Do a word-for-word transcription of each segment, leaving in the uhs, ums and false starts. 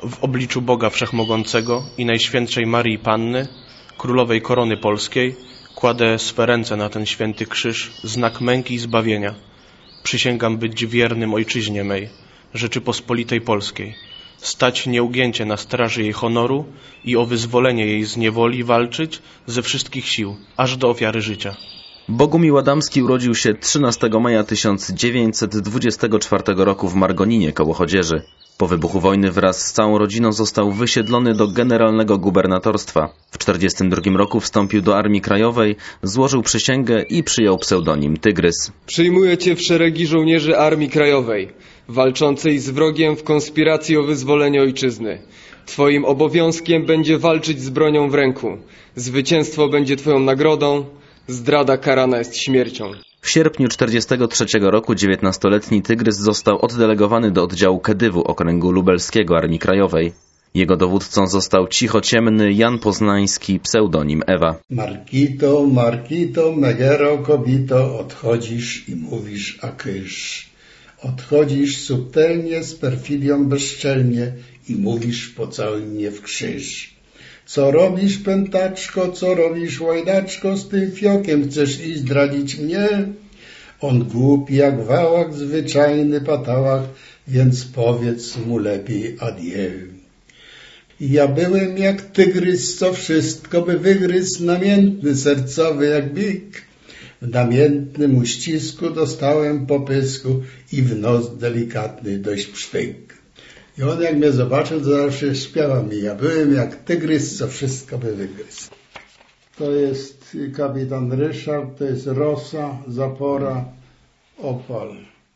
w obliczu Boga Wszechmogącego i Najświętszej Maryi Panny, Królowej Korony Polskiej, kładę swe ręce na ten święty krzyż, znak męki i zbawienia. Przysięgam być wiernym ojczyźnie mej, Rzeczypospolitej Polskiej, stać nieugięcie na straży jej honoru i o wyzwolenie jej z niewoli walczyć ze wszystkich sił, aż do ofiary życia. Bogumił Adamski urodził się trzynastego maja tysiąc dziewięćset dwudziestego czwartego roku w Margoninie koło Chodzieży. Po wybuchu wojny wraz z całą rodziną został wysiedlony do generalnego gubernatorstwa. W czterdziestym drugim roku wstąpił do Armii Krajowej, złożył przysięgę i przyjął pseudonim Tygrys. Przyjmuję Cię w szeregi żołnierzy Armii Krajowej, walczącej z wrogiem w konspiracji o wyzwolenie ojczyzny. Twoim obowiązkiem będzie walczyć z bronią w ręku. Zwycięstwo będzie Twoją nagrodą, zdrada karana jest śmiercią. W sierpniu czterdziestego trzeciego roku dziewiętnastoletni Tygrys został oddelegowany do oddziału Kedywu Okręgu Lubelskiego Armii Krajowej. Jego dowódcą został cichociemny Jan Poznański, pseudonim Ewa. Markito, Markito, Megero, kobito, odchodzisz i mówisz a kysz. Odchodzisz subtelnie, z perfidią bezczelnie i mówisz pocałuj mnie w krzyż. Co robisz, pętaczko, co robisz, łajdaczko, z tym fiokiem chcesz iść zdradzić mnie? On głupi jak wałak, zwyczajny patałach, więc powiedz mu lepiej adieu. Ja byłem jak tygrys, co wszystko by wygryzł, namiętny, sercowy jak bik. W namiętnym uścisku dostałem po pysku i w nos delikatny dość psztyk. I on jak mnie zobaczył, to zawsze śpiewał mi, ja byłem jak tygrys, co wszystko by wygryzł. To jest kapitan Ryszard, to jest Rosa, Zapora, Opal.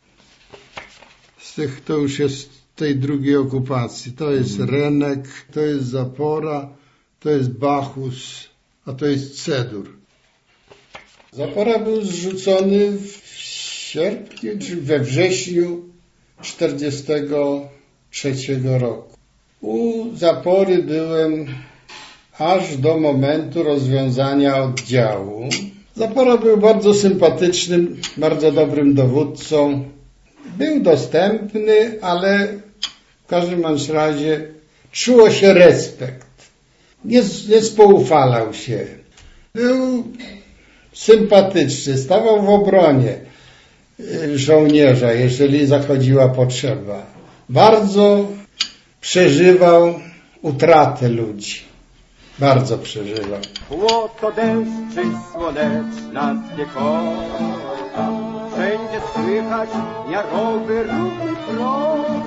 Z tych to już jest tej drugiej okupacji. To jest Renek, to jest Zapora, to jest Bachus, a to jest Cedur. Zapora był zrzucony w sierpniu czy we wrześniu czterdziestego trzeciego roku. U Zapory byłem aż do momentu rozwiązania oddziału. Zapora był bardzo sympatycznym, bardzo dobrym dowódcą. Był dostępny, ale w każdym razie czuło się respekt. Nie, nie spoufalał się. Był sympatyczny, stawał w obronie żołnierza, jeżeli zachodziła potrzeba. Bardzo przeżywał utratę ludzi. Bardzo przeżywał. Łoto deszczy słoneczna piechota, wszędzie słychać jarowy równy krok.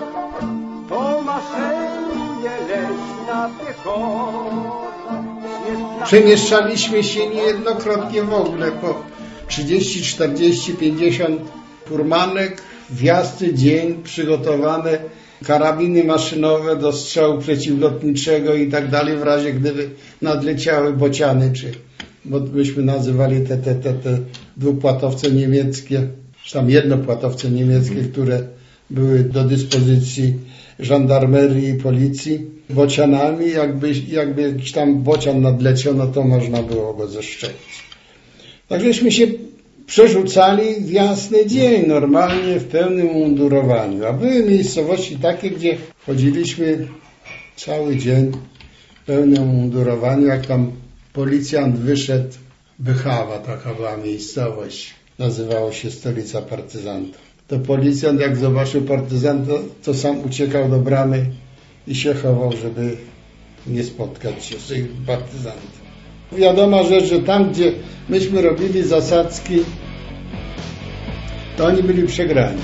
To maszeruje leśna piechota. Przemieszczaliśmy się niejednokrotnie w ogóle po trzydzieści, czterdzieści, pięćdziesiąt furmanek, wjazdy dzień, przygotowane karabiny maszynowe do strzału przeciwlotniczego i tak dalej, w razie gdyby nadleciały bociany, czy, bo myśmy nazywali te, te, te, te dwupłatowce niemieckie, czy tam jednopłatowce niemieckie, które były do dyspozycji żandarmerii i policji, bocianami. Jakby, jakby jakiś tam bocian nadleciał, no to można było go zeszczelić. Takżeśmy się przerzucali w jasny dzień, normalnie w pełnym umundurowaniu. A były miejscowości takie, gdzie chodziliśmy cały dzień w pełnym umundurowaniu. Jak tam policjant wyszedł, Bychawa, taka była miejscowość, nazywało się Stolica Partyzantów. To policjant jak zobaczył partyzanta, to sam uciekał do bramy i się chował, żeby nie spotkać się z tych partyzantów. Wiadoma rzecz, że tam, gdzie myśmy robili zasadzki, to oni byli przegrani.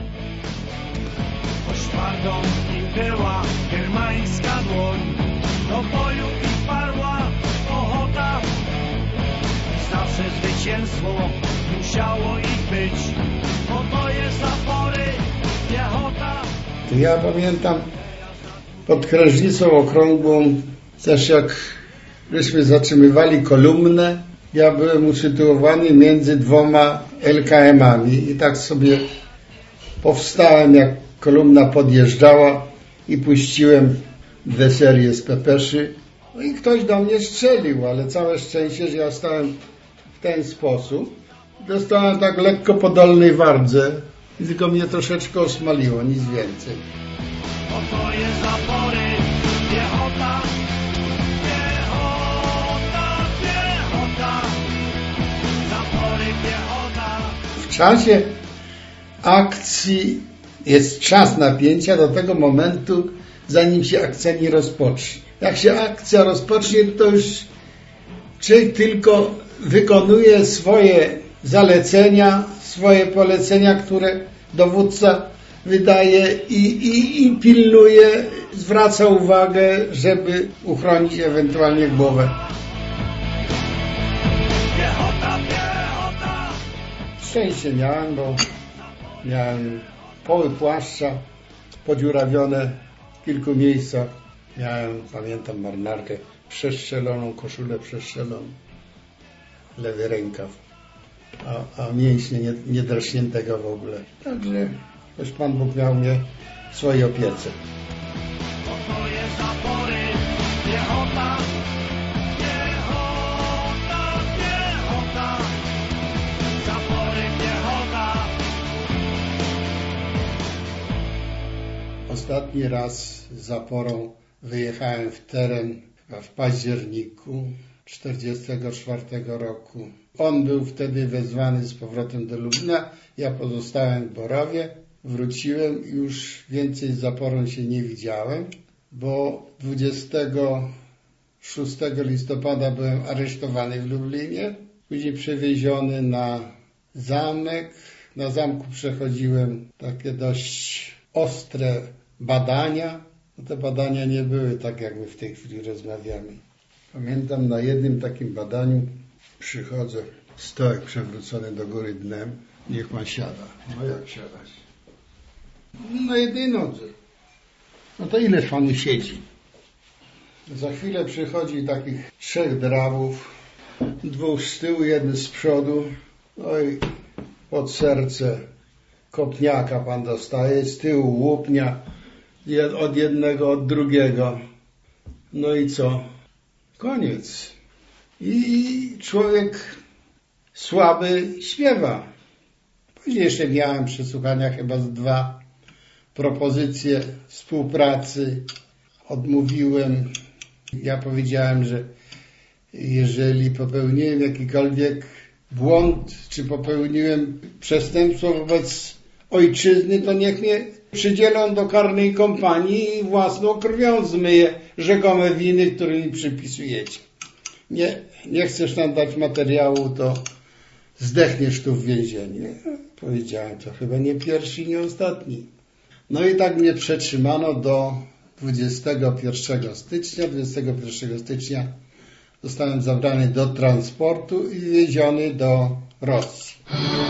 Poszładą im była germańska dłoń, do boju ich parła ochota. Zawsze zwycięstwo musiało ich być, bo to jest Zapory piechota. Ja pamiętam pod Krężnicą Okrągłą, też jak żeśmy zatrzymywali kolumnę, ja byłem usytuowany między dwoma el ka emami i tak sobie powstałem, jak kolumna podjeżdżała i puściłem dwie serie z pepeszy. No i ktoś do mnie strzelił, ale całe szczęście, że ja stałem w ten sposób. Dostałem tak lekko po dolnej wardze i tylko mnie troszeczkę osmaliło, nic więcej. Oto jest zapory, piechota, piechota, piechota, zapory, piechota. W czasie akcji jest czas napięcia do tego momentu, zanim się akcja nie rozpocznie. Jak się akcja rozpocznie, to już człowiek tylko wykonuje swoje zalecenia, swoje polecenia, które dowódca wydaje i, i, i pilnuje, zwraca uwagę, żeby uchronić ewentualnie głowę. Szczęście miałem, bo miałem poły płaszcza podziurawione w kilku miejscach. Miałem, pamiętam, marynarkę przestrzeloną, koszulę przestrzeloną, lewy rękaw, a, a mięśnie nie, nie draśniętego w ogóle. Także też Pan Bóg miał mnie w swojej opiece. Oto jest zapory, piechota, piechota, piechota, zapory, piechota. Ostatni raz z zaporą wyjechałem w teren chyba w październiku czterdziestego czwartego roku. On był wtedy wezwany z powrotem do Lublina, ja pozostałem w Borowie, wróciłem i już więcej z zaporą się nie widziałem, bo dwudziestego szóstego listopada byłem aresztowany w Lublinie, później przewieziony na zamek. Na zamku przechodziłem takie dość ostre badania. No te badania nie były tak, jak my w tej chwili rozmawiamy. Pamiętam, na jednym takim badaniu przychodzę, stołek przewrócony do góry dnem, niech Pan siada. No jak siadać? Na jednej nodze. No to ileż Panu siedzi? Za chwilę przychodzi takich trzech drawów, dwóch z tyłu, jeden z przodu. No i pod serce kopniaka Pan dostaje, z tyłu łupnia, od jednego, od drugiego. No i co? Koniec. I człowiek słaby śpiewa. Później jeszcze miałem przesłuchania chyba z dwa propozycje współpracy. Odmówiłem. Ja powiedziałem, że jeżeli popełniłem jakikolwiek błąd, czy popełniłem przestępstwo wobec ojczyzny, to niech mnie przydzielą do karnej kompanii i własną krwią zmyję rzekome winy, które mi przypisujecie. Nie, nie chcesz nam dać materiału, to zdechniesz tu w więzieniu. Powiedziałem, to chyba nie pierwszy, nie ostatni. No i tak mnie przetrzymano do dwudziestego pierwszego stycznia. dwudziestego pierwszego stycznia zostałem zabrany do transportu i wieziony do Rosji.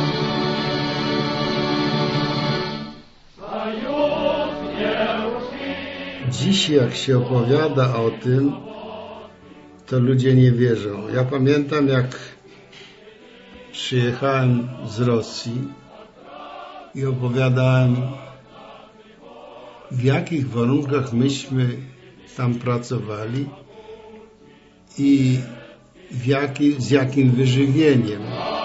Dziś jak się opowiada o tym, to ludzie nie wierzą. Ja pamiętam, jak przyjechałem z Rosji i opowiadałem, w jakich warunkach myśmy tam pracowali i w jaki, z jakim wyżywieniem.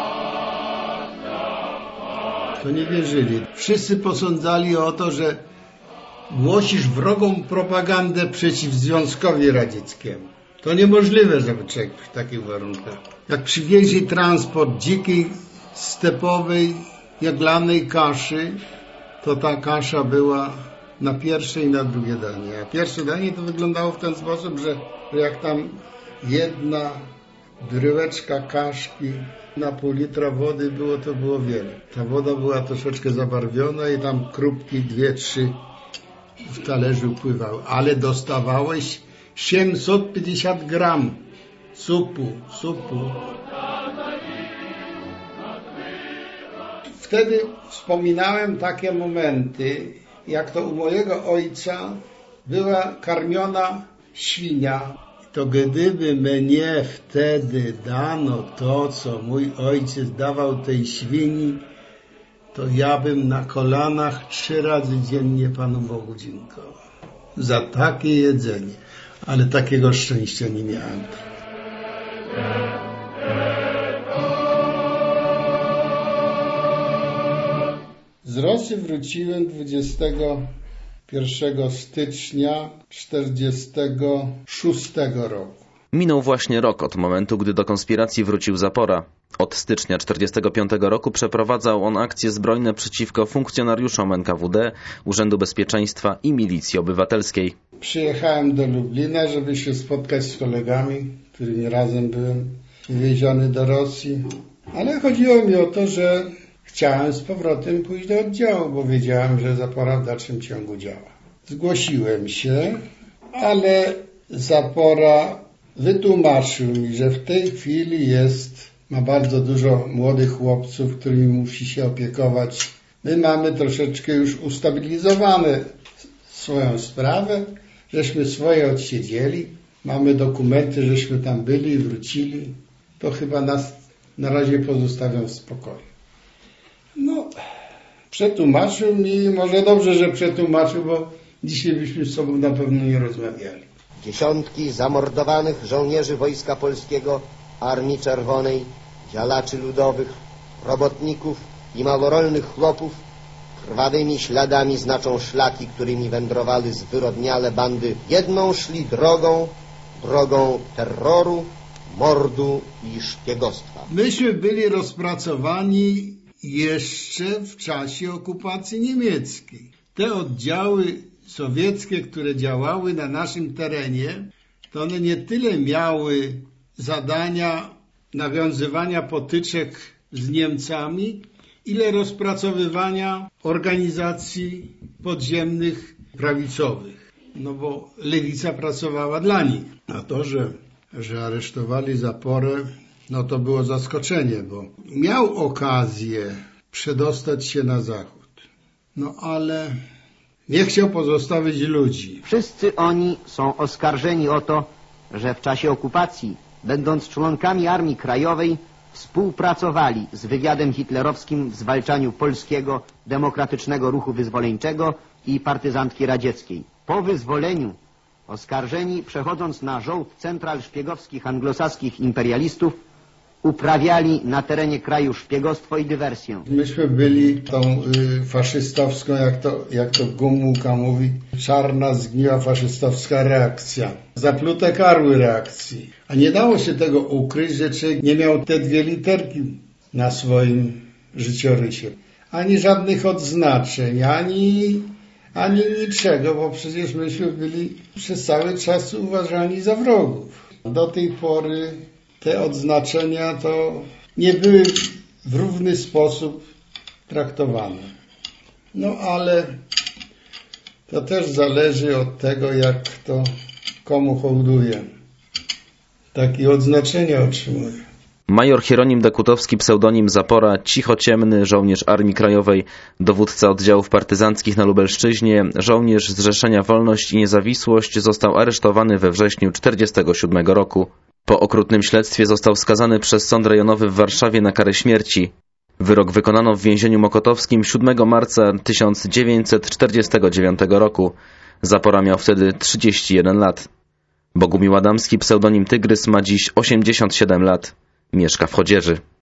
To nie wierzyli. Wszyscy posądzali o to, że głosisz wrogą propagandę przeciw Związkowi Radzieckiemu. To niemożliwe, żeby człowiek w takich warunkach. Jak przywieźli transport dzikiej, stepowej, jaglanej kaszy, to ta kasza była na pierwsze i na drugie danie. A pierwsze danie to wyglądało w ten sposób, że jak tam jedna bryłeczka kaszki na pół litra wody było, to było wiele. Ta woda była troszeczkę zabarwiona i tam krupki dwie, trzy w talerzu pływały. Ale dostawałeś siedemset pięćdziesiąt gram supu, supu. Wtedy wspominałem takie momenty, jak to u mojego ojca była karmiona świnia. To gdyby mnie wtedy dano to, co mój ojciec dawał tej świni, to ja bym na kolanach trzy razy dziennie Panu Bogu dziękował. Za takie jedzenie. Ale takiego szczęścia nie miałem. Z Rosji wróciłem dwudziestego pierwszego stycznia tysiąc dziewięćset czterdziestego szóstego roku. Minął właśnie rok od momentu, gdy do konspiracji wrócił Zapora. Od stycznia tysiąc dziewięćset czterdziestego piątego roku przeprowadzał on akcje zbrojne przeciwko funkcjonariuszom N K W D, Urzędu Bezpieczeństwa i Milicji Obywatelskiej. Przyjechałem do Lublina, żeby się spotkać z kolegami, którymi razem byłem wywieziony do Rosji. Ale chodziło mi o to, że chciałem z powrotem pójść do oddziału, bo wiedziałem, że Zapora w dalszym ciągu działa. Zgłosiłem się, ale Zapora wytłumaczył mi, że w tej chwili jest, ma bardzo dużo młodych chłopców, którymi musi się opiekować. My mamy troszeczkę już ustabilizowane swoją sprawę, żeśmy swoje odsiedzieli, mamy dokumenty, żeśmy tam byli i wrócili. To chyba nas na razie pozostawią w spokoju. No, przetłumaczył mi, może dobrze, że przetłumaczył, bo dzisiaj byśmy z sobą na pewno nie rozmawiali. Dziesiątki zamordowanych żołnierzy Wojska Polskiego, Armii Czerwonej, działaczy ludowych, robotników i małorolnych chłopów krwawymi śladami znaczą szlaki, którymi wędrowały zwyrodniale bandy. Jedną szli drogą, drogą terroru, mordu i szpiegostwa. Myśmy byli rozpracowani jeszcze w czasie okupacji niemieckiej. Te oddziały sowieckie, które działały na naszym terenie, to one nie tyle miały zadania nawiązywania potyczek z Niemcami, ile rozpracowywania organizacji podziemnych prawicowych. No bo lewica pracowała dla nich. A to, że, że aresztowali Zaporę, no to było zaskoczenie, bo miał okazję przedostać się na zachód. No ale nie chciał pozostawić ludzi. Wszyscy oni są oskarżeni o to, że w czasie okupacji, będąc członkami Armii Krajowej, współpracowali z wywiadem hitlerowskim w zwalczaniu polskiego, demokratycznego ruchu wyzwoleńczego i partyzantki radzieckiej. Po wyzwoleniu oskarżeni, przechodząc na żołd central szpiegowskich anglosaskich imperialistów, uprawiali na terenie kraju szpiegostwo i dywersję. Myśmy byli tą y, faszystowską, jak to, jak to Gomułka mówi, czarna, zgniła faszystowska reakcja. Zaplute karły reakcji. A nie dało się tego ukryć, że człowiek nie miał te dwie literki na swoim życiorysie. Ani żadnych odznaczeń, ani, ani niczego, bo przecież myśmy byli przez cały czas uważani za wrogów. Do tej pory te odznaczenia to nie były w równy sposób traktowane. No ale to też zależy od tego, jak to komu hołduje. Takie odznaczenia otrzymuje. Major Hieronim Dekutowski, pseudonim Zapora, cichociemny, żołnierz Armii Krajowej, dowódca oddziałów partyzanckich na Lubelszczyźnie, żołnierz Zrzeszenia Wolność i Niezawisłość, został aresztowany we wrześniu tysiąc dziewięćset czterdziestego siódmego roku. Po okrutnym śledztwie został skazany przez sąd rejonowy w Warszawie na karę śmierci. Wyrok wykonano w więzieniu mokotowskim siódmego marca tysiąc dziewięćset czterdziestego dziewiątego roku. Zapora miał wtedy trzydzieści jeden lat. Bogumił Adamski, pseudonim Tygrys, ma dziś osiemdziesiąt siedem lat. Mieszka w Chodzieży.